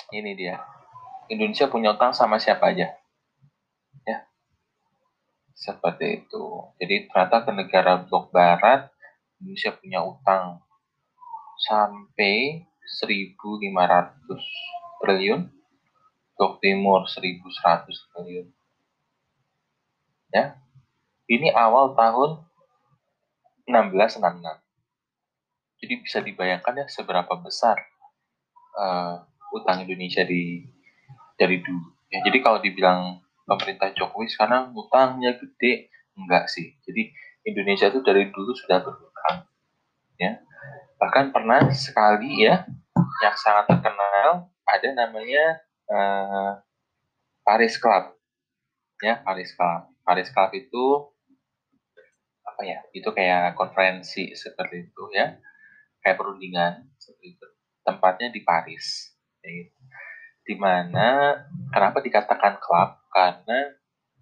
Ini dia. Indonesia punya utang sama siapa aja? Ya, seperti itu. Jadi ternyata ke negara blok barat, Indonesia punya utang sampai 1.500 triliun, blok timur 1.100 triliun. Ya, ini awal tahun 1666. Jadi bisa dibayangkan ya seberapa besar utang Indonesia dari dulu. Ya, jadi kalau dibilang pemerintah Jokowi sekarang utangnya gede, enggak sih. Jadi Indonesia itu dari dulu sudah berutang. Ya. Bahkan pernah sekali ya, yang sangat terkenal ada namanya Paris Club. Ya, Paris Club. Paris Club itu apa ya? Itu kayak konferensi seperti itu ya, kayak perundingan seperti itu. Tempatnya di Paris. Ya, di mana kenapa dikatakan klub? Karena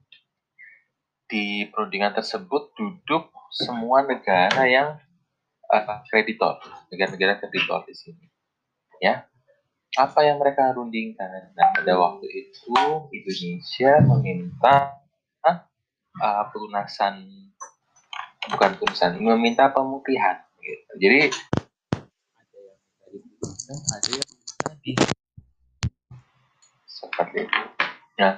di perundingan tersebut duduk semua negara yang kreditor, negara-negara kreditor di sini. Ya, apa yang mereka rundingkan? Nah, pada waktu itu Indonesia meminta pelunasan, bukan pelunasan, meminta pemutihan. Gitu. Jadi ada yang tadi seperti itu. Nah,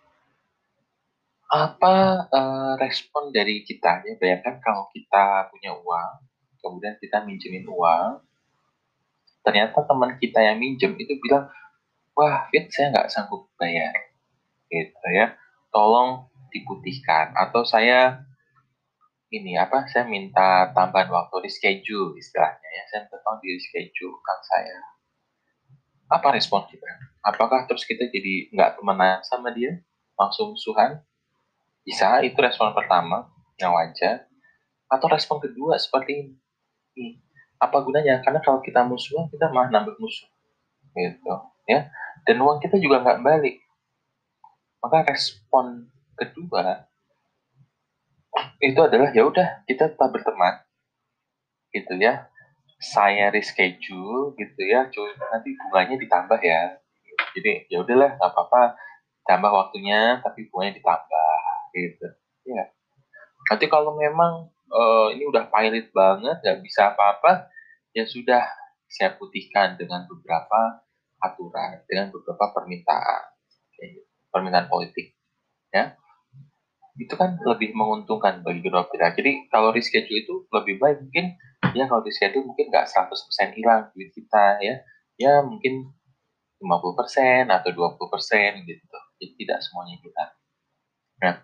apa respon dari kita? Ya, bayangkan kalau kita punya uang, kemudian kita minjemin uang, ternyata teman kita yang minjem itu bilang, wah, Fit, saya nggak sanggup bayar, gitu ya. Tolong diputihkan, atau saya saya minta tambahan waktu di schedule istilahnya ya, saya minta tolong di schedule kan saya. Apa respon kita? Apakah terus kita jadi nggak temenan sama dia, langsung musuhan? Bisa, itu respon pertama yang wajar. Atau respon kedua seperti ini, apa gunanya? Karena kalau kita musuhan, kita malah nambah musuh, gitu ya. Dan uang kita juga nggak balik. Maka respon kedua itu adalah ya udah kita tetap berteman, gitu ya. Saya reschedule gitu ya, nanti bunganya ditambah ya. Jadi ya udahlah, nggak apa-apa, tambah waktunya tapi bunganya ditambah, gitu ya. Nanti kalau memang ini udah pilot banget, nggak bisa apa-apa, ya sudah, saya putihkan dengan beberapa aturan, dengan beberapa permintaan, permintaan politik ya. Itu kan lebih menguntungkan bagi kedua pihak. Jadi kalau reschedule itu lebih baik, mungkin ya kalau reschedule mungkin nggak 100% hilang duit kita ya. Ya mungkin 50% atau 20% gitu. Jadi tidak semuanya kita. Nah,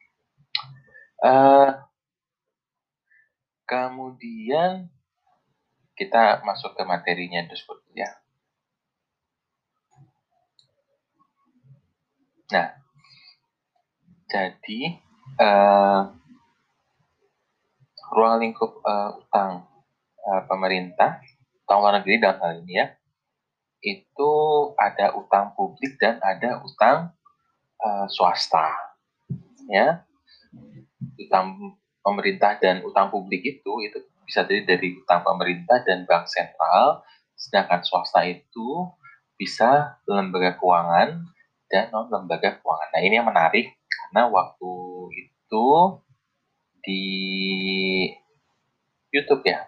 kemudian kita masuk ke materinya dulu ya. Nah, jadi ruang lingkup utang pemerintah, utang luar negeri dalam hal ini ya, itu ada utang publik dan ada utang swasta, ya. Utang pemerintah dan utang publik itu bisa dari utang pemerintah dan bank sentral, sedangkan swasta itu bisa lembaga keuangan dan non lembaga keuangan. Nah, ini yang menarik karena waktu itu di YouTube ya,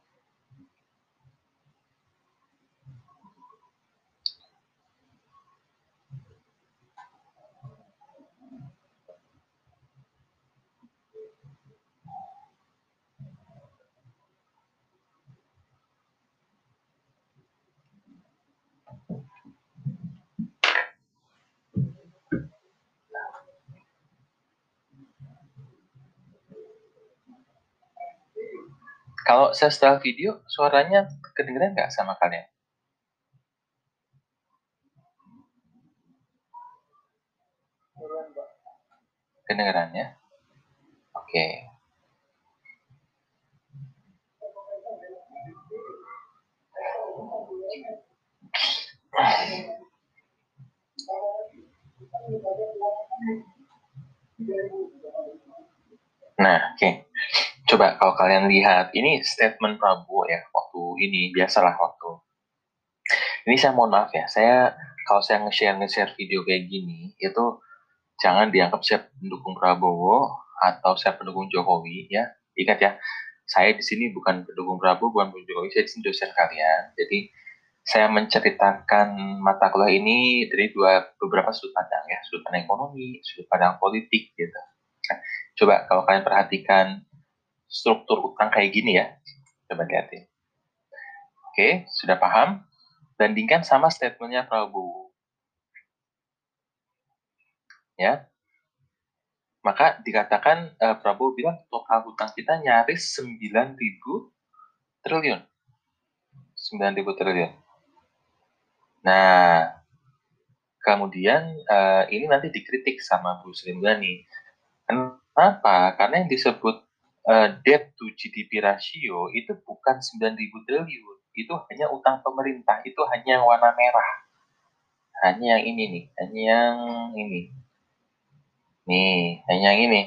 kalau saya setelah video suaranya kedengeran nggak sama kalian? Kedengeran ya? Oke. Nah, oke. Coba kalau kalian lihat, ini statement Prabowo ya, waktu ini biasalah waktu. Ini saya mohon maaf ya, saya kalau saya nge-share video kayak gini, itu jangan dianggap saya pendukung Prabowo atau saya pendukung Jokowi ya. Ingat ya, saya di sini bukan pendukung Prabowo, bukan pendukung Jokowi, saya di sini dosen kalian. Jadi saya menceritakan mata kuliah ini dari beberapa sudut pandang ya, sudut pandang ekonomi, sudut pandang politik gitu. Nah, coba kalau kalian perhatikan struktur utang kayak gini ya, coba lihatin. Oke, sudah paham? Bandingkan sama statementnya Prabowo. Ya, maka dikatakan Prabowo bilang total hutang kita nyaris 9.000 triliun. 9.000 triliun. Nah, kemudian ini nanti dikritik sama Bu Sri Mulyani. Kenapa? Karena yang disebut debt to GDP ratio itu bukan 9.000 triliun. Itu hanya utang pemerintah. Itu hanya yang warna merah. Hanya yang ini nih. Hanya yang ini. Nih, hanya yang ini.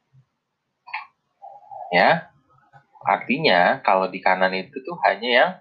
Ya, artinya kalau di kanan itu tuh hanya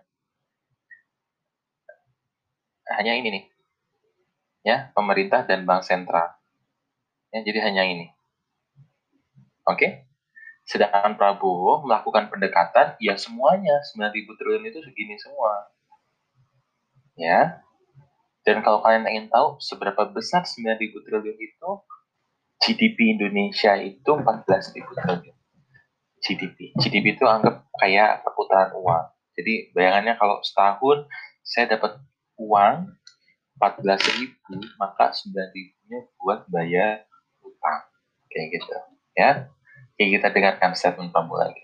ini nih. Ya, pemerintah dan bank sentral. Ya, jadi hanya ini. Oke? Sedangkan Prabowo melakukan pendekatan, ya semuanya 9.000 triliun itu segini semua. Ya. Dan kalau kalian ingin tahu seberapa besar 9.000 triliun itu, GDP Indonesia itu 14.000 triliun. GDP itu anggap kayak perputaran uang. Jadi bayangannya kalau setahun saya dapat uang 14.000, maka 9.000-nya buat bayar utang. Kayak gitu. Ya. Oke, kita dengarkan statement Prabowo lagi.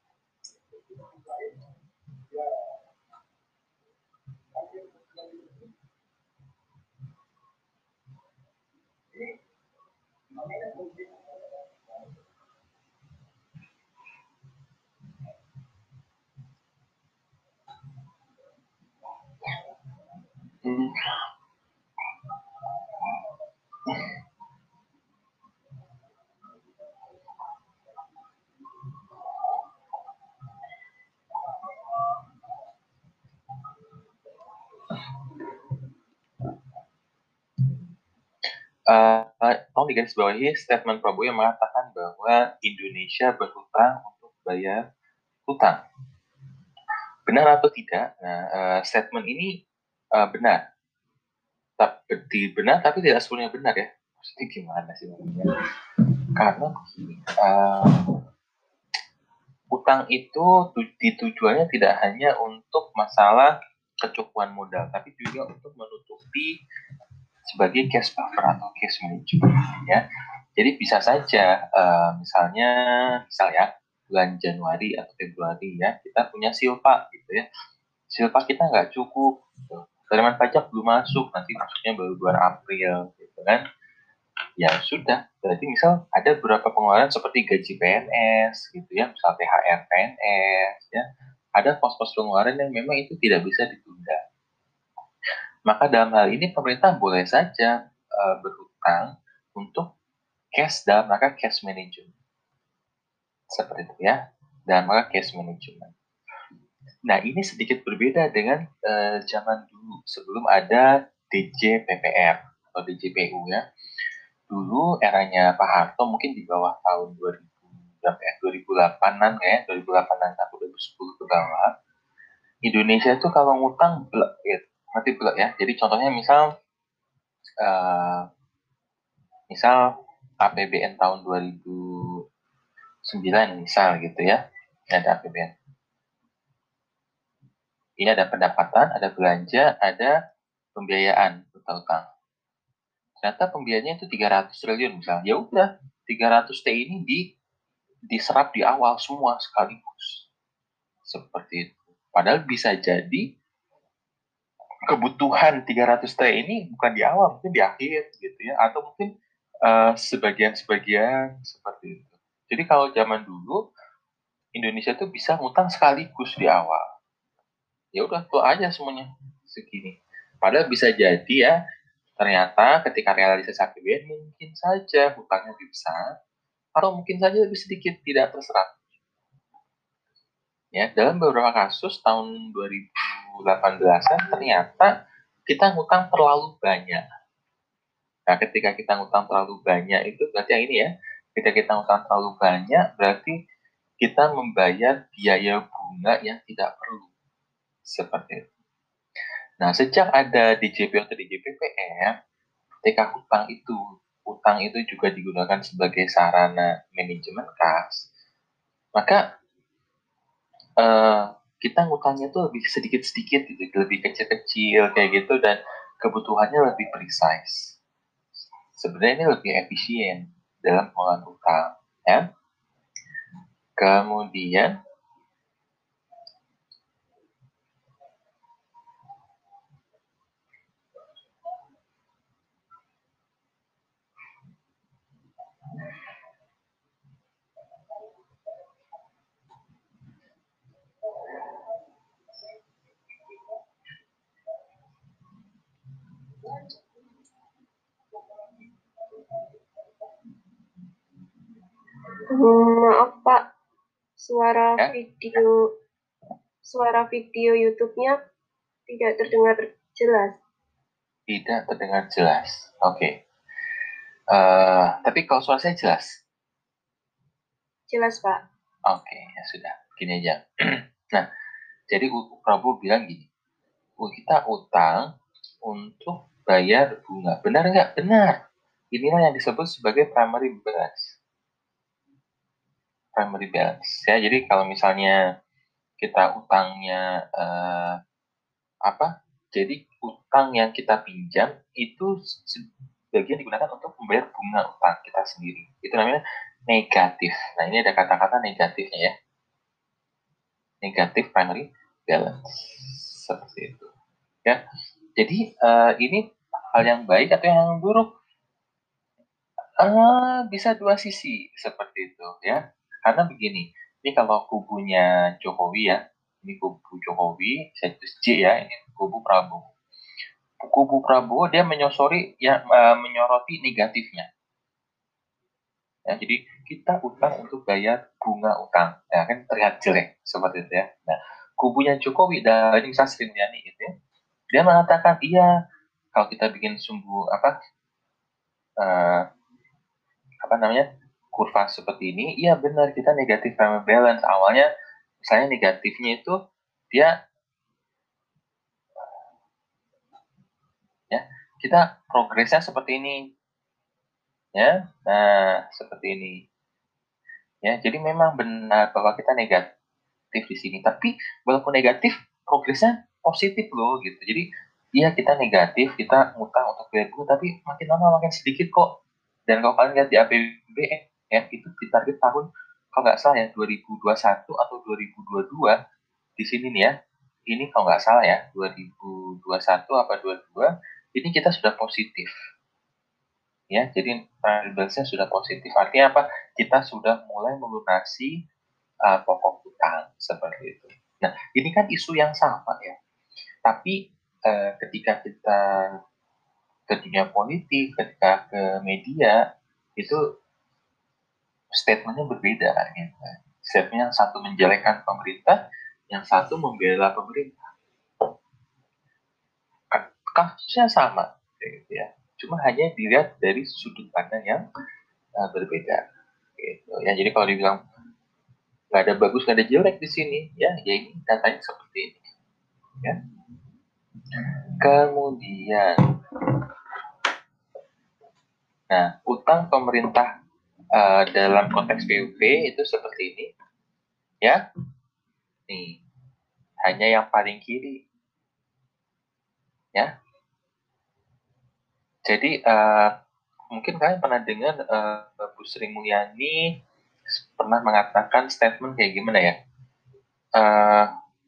Tolong digarisbawahi statement Prabowo yang mengatakan bahwa Indonesia berhutang untuk bayar hutang. Benar atau tidak? Nah, statement ini benar. Benar, tapi tidak sepenuhnya benar ya. Maksudnya gimana sih namanya? Karena utang itu tujuannya tidak hanya untuk masalah kecukupan modal, tapi juga untuk menutupi sebagai cash buffer atau cash management ya. Jadi bisa saja misalnya bulan Januari atau Februari ya kita punya silpa gitu ya. Silpa kita nggak cukup gitu. Penerimaan pajak belum masuk, nanti masuknya baru bulan April gitu kan. Ya sudah, berarti misal ada beberapa pengeluaran seperti gaji PNS gitu ya, misal THR PNS ya. Ada pos-pos pengeluaran yang memang itu tidak bisa ditunda. Maka dalam hal ini pemerintah boleh saja berhutang untuk cash dalam rangka cash management. Seperti itu ya, dalam rangka cash management. Nah, ini sedikit berbeda dengan zaman dulu sebelum ada DJPPR atau DJPU ya. Dulu eranya Pak Harto mungkin di bawah tahun 2008-an ya, 2008-an atau 2010 ke bawah. Indonesia itu kalau ngutang blek gitu. Nanti blek ya. Jadi contohnya misal APBN tahun 2009 misal gitu ya. Ada APBN. Ini ada pendapatan, ada belanja, ada pembiayaan utang. Ternyata pembiayaannya itu 300 triliun misalnya. Ya udah, 300 T ini diserap di awal semua sekaligus. Seperti itu. Padahal bisa jadi kebutuhan 300 T ini bukan di awal, mungkin di akhir gitu ya. Atau mungkin sebagian-sebagian seperti itu. Jadi kalau zaman dulu Indonesia tuh bisa ngutang sekaligus di awal. Ya udah tuh aja semuanya segini. Padahal bisa jadi ya ternyata ketika realisasi APBN mungkin saja hutangnya lebih besar atau mungkin saja lebih sedikit tidak terserap. Ya, dalam beberapa kasus tahun 2018-an ternyata kita ngutang terlalu banyak. Nah, ketika kita ngutang terlalu banyak itu berarti yang ini ya, ketika kita ngutang terlalu banyak berarti kita membayar biaya bunga yang tidak perlu. Seperti itu. Nah, sejak ada DJP atau DJPPR, ketika utang itu juga digunakan sebagai sarana manajemen kas, maka kita ngutangnya tuh lebih sedikit-sedikit gitu, lebih kecil-kecil kayak gitu, dan kebutuhannya lebih precise. Sebenarnya ini lebih efisien dalam pengelolaan utang, ya. Kemudian Maaf Pak, suara ya, video YouTube-nya tidak terdengar jelas. tidak terdengar jelas. Oke. Tapi kalau suara saya jelas. Jelas Pak. Oke, ya sudah. Gini aja. Nah, jadi Prabowo bilang gini, kita utang untuk bayar bunga. Benar nggak? Benar. Inilah yang disebut sebagai primary balance. Primary balance. Ya, jadi kalau misalnya kita utangnya apa? Jadi utang yang kita pinjam itu sebagian digunakan untuk membayar bunga utang kita sendiri. Itu namanya negatif. Nah, ini ada kata-kata negatifnya ya. Negatif primary balance. Seperti itu. Ya. Jadi ini hal yang baik atau yang buruk? Bisa dua sisi seperti itu ya. Karena begini, ini kalau kubunya Jokowi ya, ini kubu Jokowi, saya tulis J ya, ini kubu Prabowo. Kubu Prabowo dia menyoroti negatifnya. Ya, jadi kita utang untuk bayar bunga utang, ya kan terlihat jelek seperti itu ya. Nah, kubunya Jokowi dari Sri Mulyani itu, ya, dia mengatakan iya kalau kita bikin uh, apa namanya kurva seperti ini, iya benar kita negatif primary balance. Awalnya misalnya negatifnya itu dia ya kita progresnya seperti ini ya, nah seperti ini ya. Jadi memang benar bahwa kita negatif di sini, tapi walaupun negatif progresnya positif loh gitu. Jadi iya kita negatif, kita ngutang untuk bayar bunga, tapi makin lama makin sedikit kok. Dan kalau kalian lihat di APBN itu di target tahun kalau nggak salah ya 2021 atau 2022 di sini nih ya. Ini kalau nggak salah ya 2021 apa 22 ini kita sudah positif ya. Jadi balance-nya sudah positif. Artinya apa? Kita sudah mulai melunasi pokok utang seperti itu. Nah, ini kan isu yang sama ya. Tapi ketika kita ke dunia politik, ketika ke media, itu statementnya berbeda. Gitu. Statement yang satu menjelekkan pemerintah, yang satu membela pemerintah. Kasusnya sama, gitu ya. Cuma hanya dilihat dari sudut pandang yang berbeda. Gitu. Ya, jadi kalau dibilang nggak ada bagus, nggak ada jelek di sini, ya ini datanya seperti ini. Ya. Kemudian, nah, utang pemerintah dalam konteks PUP itu seperti ini, ya. Nih, hanya yang paling kiri, ya. Jadi mungkin kalian pernah dengar Bu Sri Mulyani pernah mengatakan statement kayak gimana ya? Uh,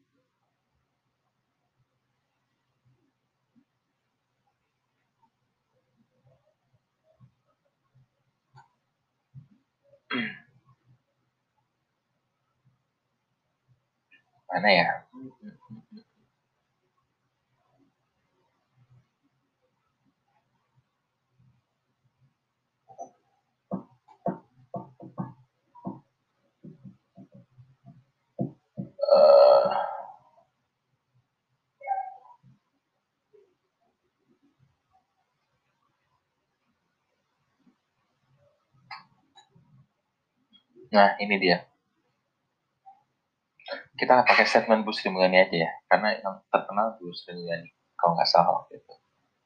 mana ya? Uh, Nah, ini dia. Kita pakai statement Bu Sri Mulyani aja ya, karena yang terkenal Bu Sri Mulyani, kalau nggak salah waktu itu.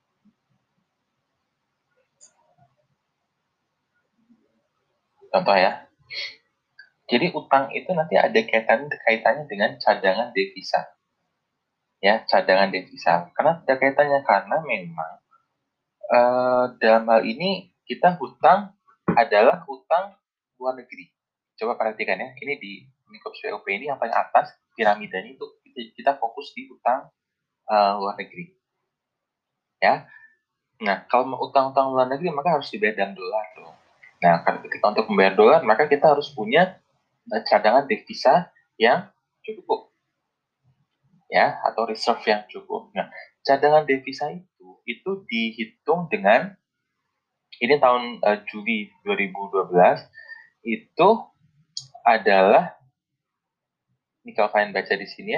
Contoh ya. Jadi utang itu nanti ada kaitannya dengan cadangan devisa. Ya, cadangan devisa. Karena ada kaitannya karena memang dalam hal ini kita hutang adalah hutang luar negeri. Coba perhatikan ya, ini di lingkup COP ini yang paling atas piramidanya itu kita fokus di hutang luar negeri. Ya, nah kalau mau utang-utang luar negeri maka harus dibayar dalam dolar dong. Nah, ketika untuk membayar dolar maka kita harus punya cadangan devisa yang cukup, ya, atau reserve yang cukup. Nah, cadangan devisa itu dihitung dengan ini tahun Juli 2012 itu adalah, ini kalau kalian baca di sini ya,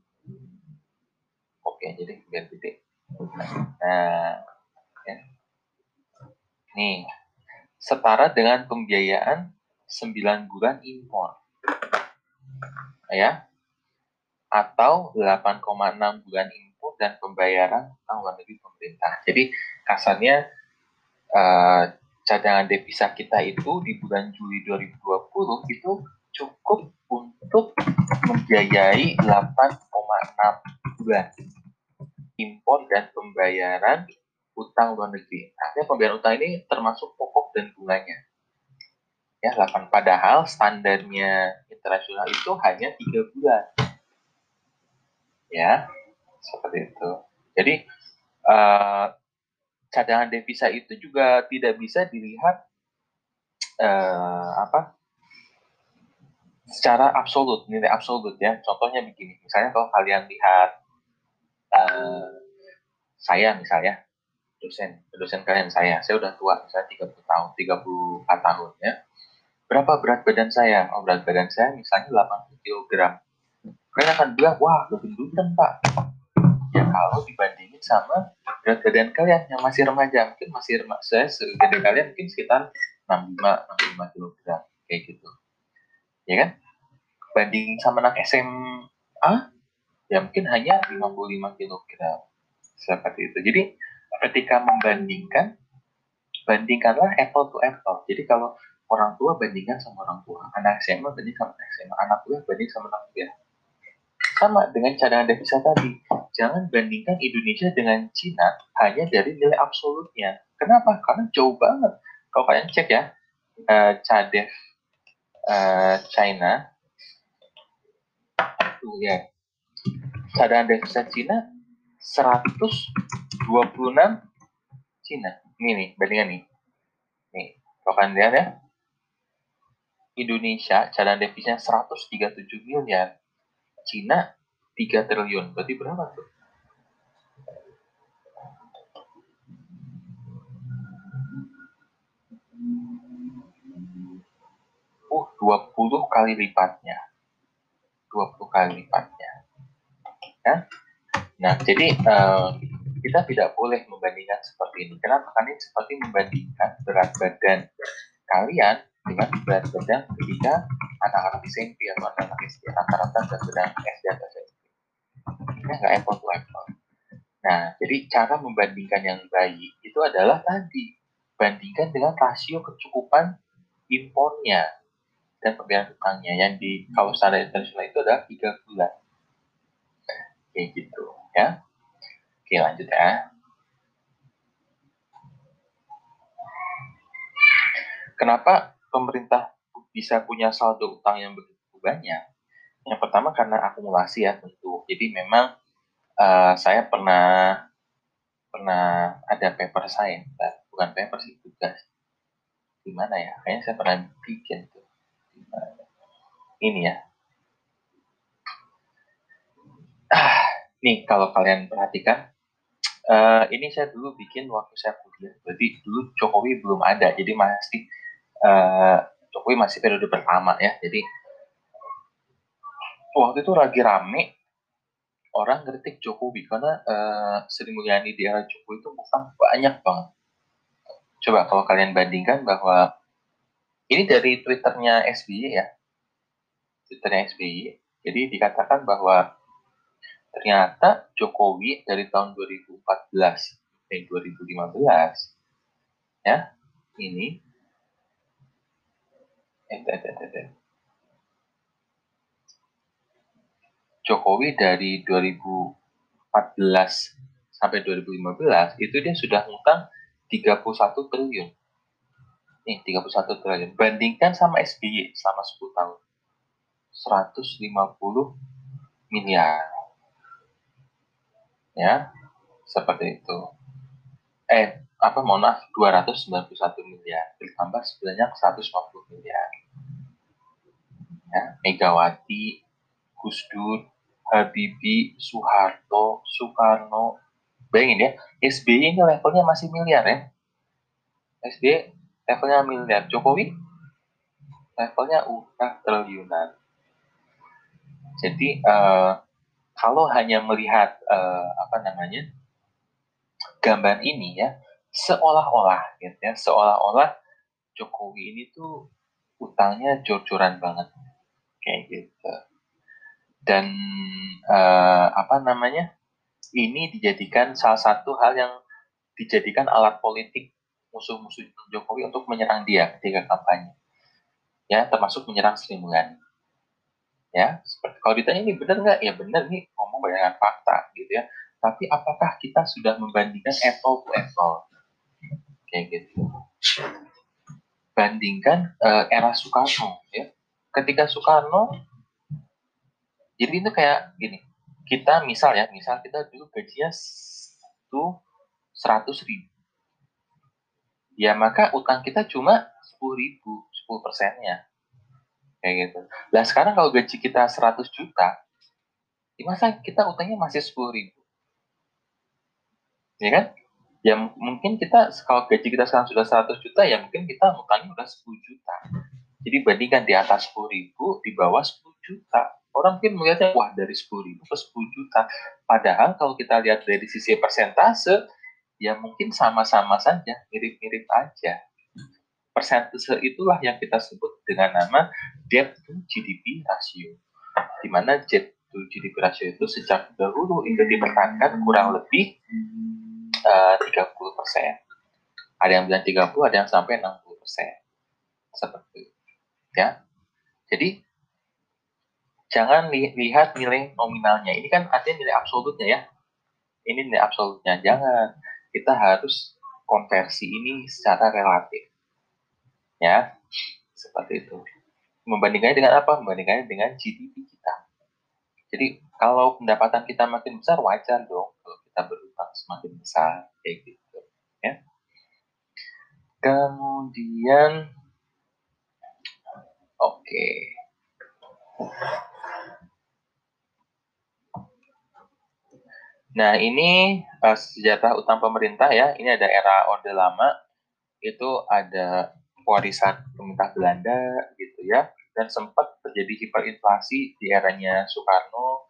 oke, jadi biar titik. Nah, ya. Nih, setara dengan pembiayaan 9 bulan impor, ya, atau 8,6 bulan impor dan pembayaran utang luar negeri pemerintah. Jadi kasarnya cadangan devisa kita itu di bulan Juli 2020 itu cukup untuk membiayai 8,6 bulan impor dan pembayaran utang luar negeri. Artinya pembayaran utang ini termasuk pokok dan bunganya. Ya, 8. Padahal standarnya internasional itu hanya 3 bulan. Ya, seperti itu. Jadi cadangan devisa itu juga tidak bisa dilihat secara absolut, nilai absolut ya. Contohnya begini, misalnya kalau kalian lihat saya misalnya, dosen kalian saya udah tua, misalnya 30 tahun, 34 tahun ya. Berapa berat badan saya? Oh, berat badan saya misalnya 80 kg. Kalian akan bilang, wah, lebih gendutan Pak. Ya kalau dibandingin sama berat badan kalian yang masih remaja, mungkin saya segede kalian mungkin sekitar 65 kg kayak gitu. Ya kan? Banding sama anak SMA, ya mungkin hanya 55 kg. Seperti itu. Jadi ketika bandingkanlah apple to apple. Jadi kalau orang tua bandingkan sama orang tua, anak SMA banding sama anak SMA, anak kuliah banding sama anak kuliah. Sama dengan cadangan devisa tadi. Jangan bandingkan Indonesia dengan Cina hanya dari nilai absolutnya. Kenapa? Karena jauh banget. Kalau kalian cek ya, CADEV China, tuh ya, cadangan devisa Cina 126 Cina. Ini nih, bandingan nih. Nih, kalau kalian lihat ya, Indonesia cadangan devisanya 137 miliar, Cina 3 triliun. Berarti berapa tuh? Uh, 20 kali lipatnya. 20 kali lipatnya. Ya? Nah, jadi kita tidak boleh membandingkan seperti ini. Kenapa? Karena ini seperti membandingkan berat badan kalian dengan berat badan ketika anak-anak SMP atau anak-anak SD, rata-rata berat badan SD atau SMP. Ini nggak apple to apple. Nah, jadi cara membandingkan yang baik itu adalah tadi, bandingkan dengan rasio kecukupan impornya dan pembayaran utangnya yang di kalau standar internasional itu adalah 3 bulan. Kayak gitu ya. Oke, lanjut ya. Kenapa pemerintah bisa punya saldo utang yang begitu banyak? Yang pertama karena akumulasi ya tentu. Jadi memang saya pernah ada paper saya, bukan paper sih, tugas. Gimana ya? Kayaknya saya pernah bikin tuh. Ini ya. Nih kalau kalian perhatikan, ini saya dulu bikin waktu saya kuliah. Berarti dulu Jokowi belum ada, jadi masih Jokowi masih periode pertama ya. Jadi waktu itu lagi rame orang kritik Jokowi karena Sri Mulyani di era Jokowi itu bukan banyak banget. Coba kalau kalian bandingkan bahwa Ini dari Twitternya SBY ya. Twitternya SBY. Jadi dikatakan bahwa ternyata Jokowi dari tahun 2014 sampai 2015 ya, ini Jokowi dari 2014 sampai 2015 itu dia sudah ngutang 31 triliun. Nih, 31 triliun. Bandingkan sama SBY selama 10 tahun. 150 miliar. Ya, seperti itu. Mohon maaf, 291 miliar. Ditambah sebenarnya 150 miliar. Ya, Megawati, Gus Dur, Habibie, Soeharto, Soekarno. Bayangin ya, SBY ini levelnya masih miliar ya. SBY levelnya miliar. Jokowi levelnya udah triliunan. Jadi kalau hanya melihat gambar ini ya, seolah-olah gitu ya, seolah-olah Jokowi ini tuh utangnya jor-joran banget kayak gitu. Dan ini dijadikan salah satu hal yang dijadikan alat politik musuh-musuh Jokowi untuk menyerang dia ketika kampanye. Ya, termasuk menyerang Sri Mulyani. Ya, seperti kalau ditanya ini benar nggak? Ya benar, nih ngomong berdasarkan fakta gitu ya. Tapi apakah kita sudah membandingkan apple to apple? Kayak gitu. Bandingkan era Soekarno ya. Ketika Soekarno, jadi itu kayak gini. Kita misal kita dulu gajinya tuh 100.000. Ya maka utang kita cuma 10.000, 10%-nya. Kayak gitu. Nah sekarang kalau gaji kita 100 juta, ya masa kita utangnya masih 10.000? Ya kan? Ya mungkin kita, kalau gaji kita sekarang sudah 100 juta, ya mungkin kita utangnya udah 10 juta. Jadi bandingkan di atas 10.000, di bawah 10 juta. Orang mungkin melihatnya, wah dari 10.000 ke 10 juta. Padahal kalau kita lihat dari sisi persentase, ya mungkin sama-sama saja, mirip-mirip aja. Persentase itulah yang kita sebut dengan nama debt to GDP ratio. Di mana debt to GDP ratio itu sejak dahulu itu dipertahankan kurang lebih 30%. Ada yang bilang 30, ada yang sampai 60%. Seperti itu. Ya. Jadi jangan lihat nilai nominalnya. Ini kan artinya nilai absolutnya ya. Ini nilai absolutnya. Jangan. Kita harus konversi ini secara relatif. Ya. Seperti itu. Membandingkannya dengan apa? Membandingkannya dengan GDP kita. Jadi kalau pendapatan kita makin besar, wajar dong kalau kita berutang semakin besar. Kayak gitu. Ya. Kemudian oke. Nah, ini sejarah utang pemerintah ya. Ini ada era Orde Lama, itu ada warisan pemerintah Belanda gitu ya. Dan sempat terjadi hiperinflasi di eranya Soekarno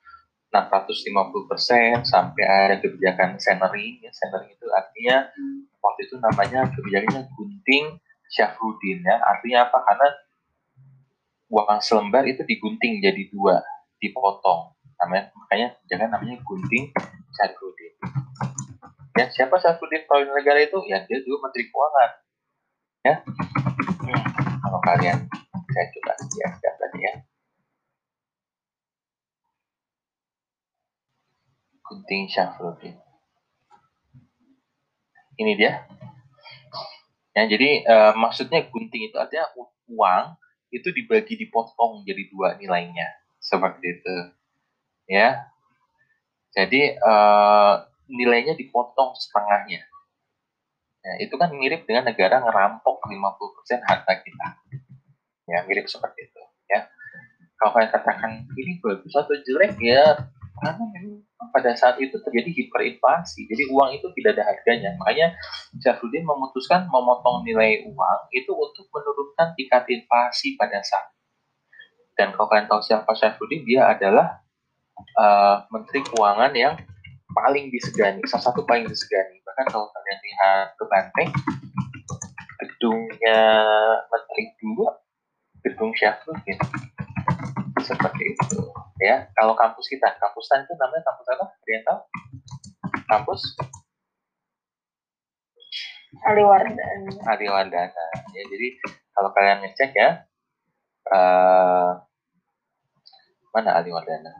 650% sampai ada kebijakan Senering. Ya, Senering itu artinya waktu itu namanya kebijakannya gunting Syafruddin ya. Artinya apa? Karena uang selembar itu digunting jadi 2, dipotong. Makanya jangan namanya gunting Syafruddin. Ya, siapa Syafruddin Prawilan Negara itu? Ya, dia dulu Menteri Keuangan. Ya, kalau kalian, saya coba lihat tadi ya. Gunting Syafruddin. Ini dia. Ya, jadi maksudnya gunting itu artinya uang itu dibagi, dipotong jadi 2 nilainya. Seperti itu. Ya. Jadi nilainya dipotong setengahnya. Ya, itu kan mirip dengan negara ngerampok 50% harta kita. Ya, mirip seperti itu. Ya. Kalau kalian katakan ini bagus atau jelek ya, karena memang pada saat itu terjadi hiperinflasi, jadi uang itu tidak ada harganya. Makanya Syafruddin memutuskan memotong nilai uang itu untuk menurunkan tingkat inflasi pada saat. Dan kalau kalian tahu siapa Syafruddin, dia adalah Menteri Keuangan yang paling disegani, salah satu paling disegani. Bahkan kalau kalian lihat ke Banteng, gedungnya Menteri dulu, gedung Syafruddin. Seperti itu ya. Kalau kampus kita, kampus itu namanya kampus apa? Ada yang tahu? Kampus Aliwardana. Ya, jadi kalau kalian ngecek ya, mana Aliwardana?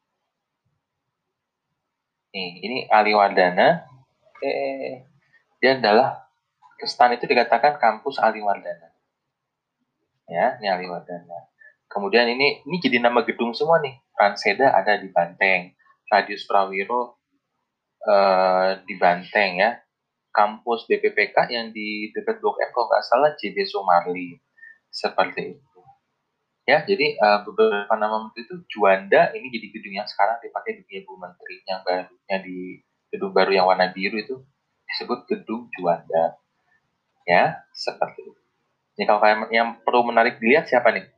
Nih, ini Aliwardana. Dia adalah stan itu dikatakan kampus Aliwardana. Ya, ini Aliwardana. Kemudian ini jadi nama gedung semua nih. Transeda ada di Banteng, Radius Prawiro di Banteng ya. Kampus BPPK yang di dekat Blok M kalau nggak salah JB Sumarli. Seperti itu. Ya, jadi beberapa nama menteri itu Juanda ini jadi gedung yang sekarang dipakai di Ibu Menteri yang barunya di gedung baru yang warna biru itu disebut gedung Juanda. Ya, seperti itu. Jadi kalau kalian yang perlu menarik dilihat siapa nih?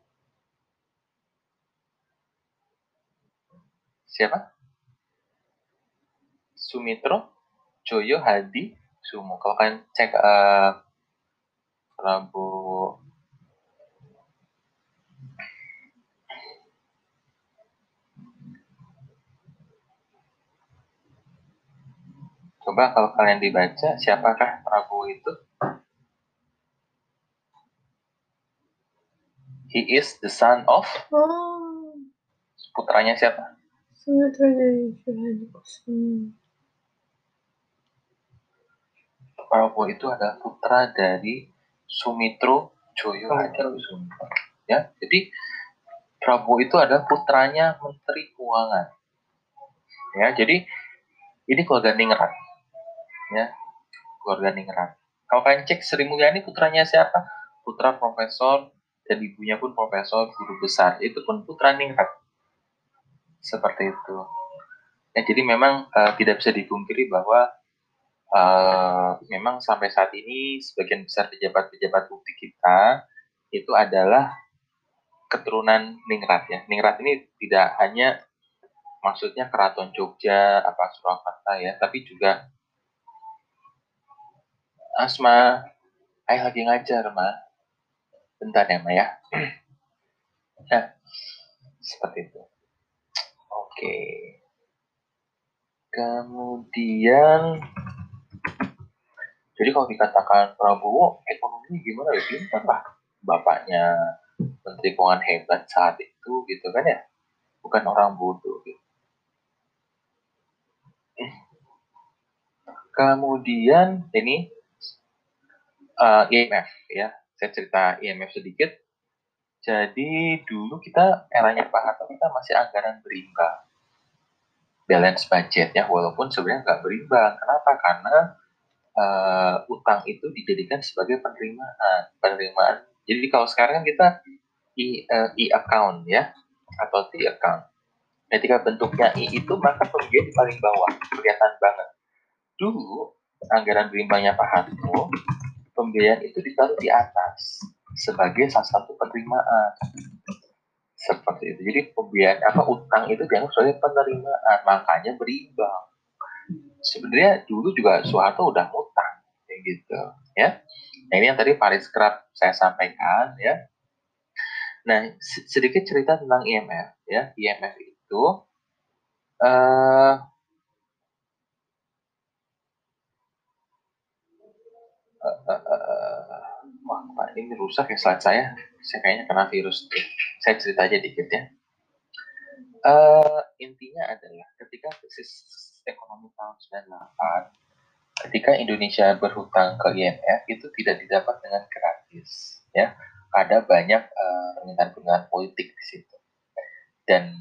Siapa? Sumitro Joyo Hadi Sumo. Kalau kalian cek Prabowo, coba kalau kalian dibaca siapakah Prabowo itu? He is the son of putranya siapa? Prabowo itu adalah putra dari Sumitro Joyo Hadikusuma. Ya, jadi Prabowo itu adalah putranya Menteri Keuangan. Ya, jadi ini keluarga Ningrat. Ya, keluarga Ningrat. Kalau kalian cek Sri Mulyani putranya siapa? Putra profesor dan ibunya pun profesor guru besar. Itu pun putra Ningrat. Seperti itu. Ya, jadi memang tidak bisa dipungkiri bahwa memang sampai saat ini sebagian besar pejabat-pejabat publik kita itu adalah keturunan Ningrat ya. Ningrat ini tidak hanya maksudnya Keraton Jogja, apa Surakarta ya, tapi juga Asma, ayah lagi ngajar Ma. Bentar ya Ma ya. Nah, seperti itu. Oke. Kemudian, jadi kalau dikatakan Prabowo, ekonominya gimana ya? Pintar lah. Bapaknya Menteri Keuangan hebat saat itu, gitu kan ya? Bukan orang bodoh. Gitu. Kemudian ini IMF ya. Saya cerita IMF sedikit. Jadi dulu kita eranya Pak Harto kita masih anggaran berimbang. Balance budget ya, walaupun sebenarnya nggak berimbang. Kenapa? Karena utang itu dijadikan sebagai penerimaan. Jadi kalau sekarang kan kita e-account ya, atau T-account. Ketika bentuknya I itu, maka pembiayaan di paling bawah, kelihatan banget. Dulu, anggaran berimbangnya Pak Harto, pembiayaan itu ditaruh di atas, sebagai salah satu penerimaan. Seperti itu. Jadi pembiayaan utang itu dianggap sebagai penerimaan, makanya berimbang. Sebenarnya dulu juga Soeharto udah ngutang kayak gitu ya. Nah, ini yang tadi Paris Club saya sampaikan ya. Nah, sedikit cerita tentang IMF ya. IMF itu wah, ini rusak ya slide saya. Saya kayaknya kena virus. Saya cerita aja dikit ya. Intinya adalah ketika krisis ekonomi tahun 98, ketika Indonesia berhutang ke IMF itu tidak didapat dengan gratis ya. Ada banyak permintaan-permintaan politik di situ. Dan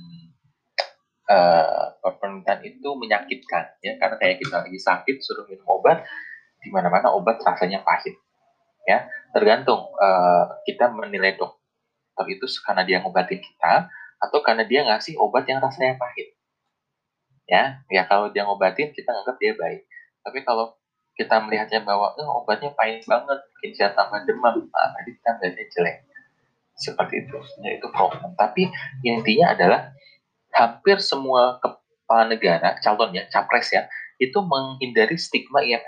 permintaan itu menyakitkan ya, karena kayak kita lagi sakit suruh minum obat, di mana-mana obat rasanya pahit ya. Tergantung kita menilai dokter itu karena dia ngobatin kita atau karena dia ngasih obat yang rasanya pahit ya. Kalau dia ngobatin kita anggap dia baik, tapi kalau kita melihatnya bahwa obatnya pahit banget, bikin saya tambah demam, tadi kita melihatnya jelek. Seperti itu, ya, itu problem. Tapi intinya adalah hampir semua kepala negara, calon ya, capres ya, itu menghindari stigma IMF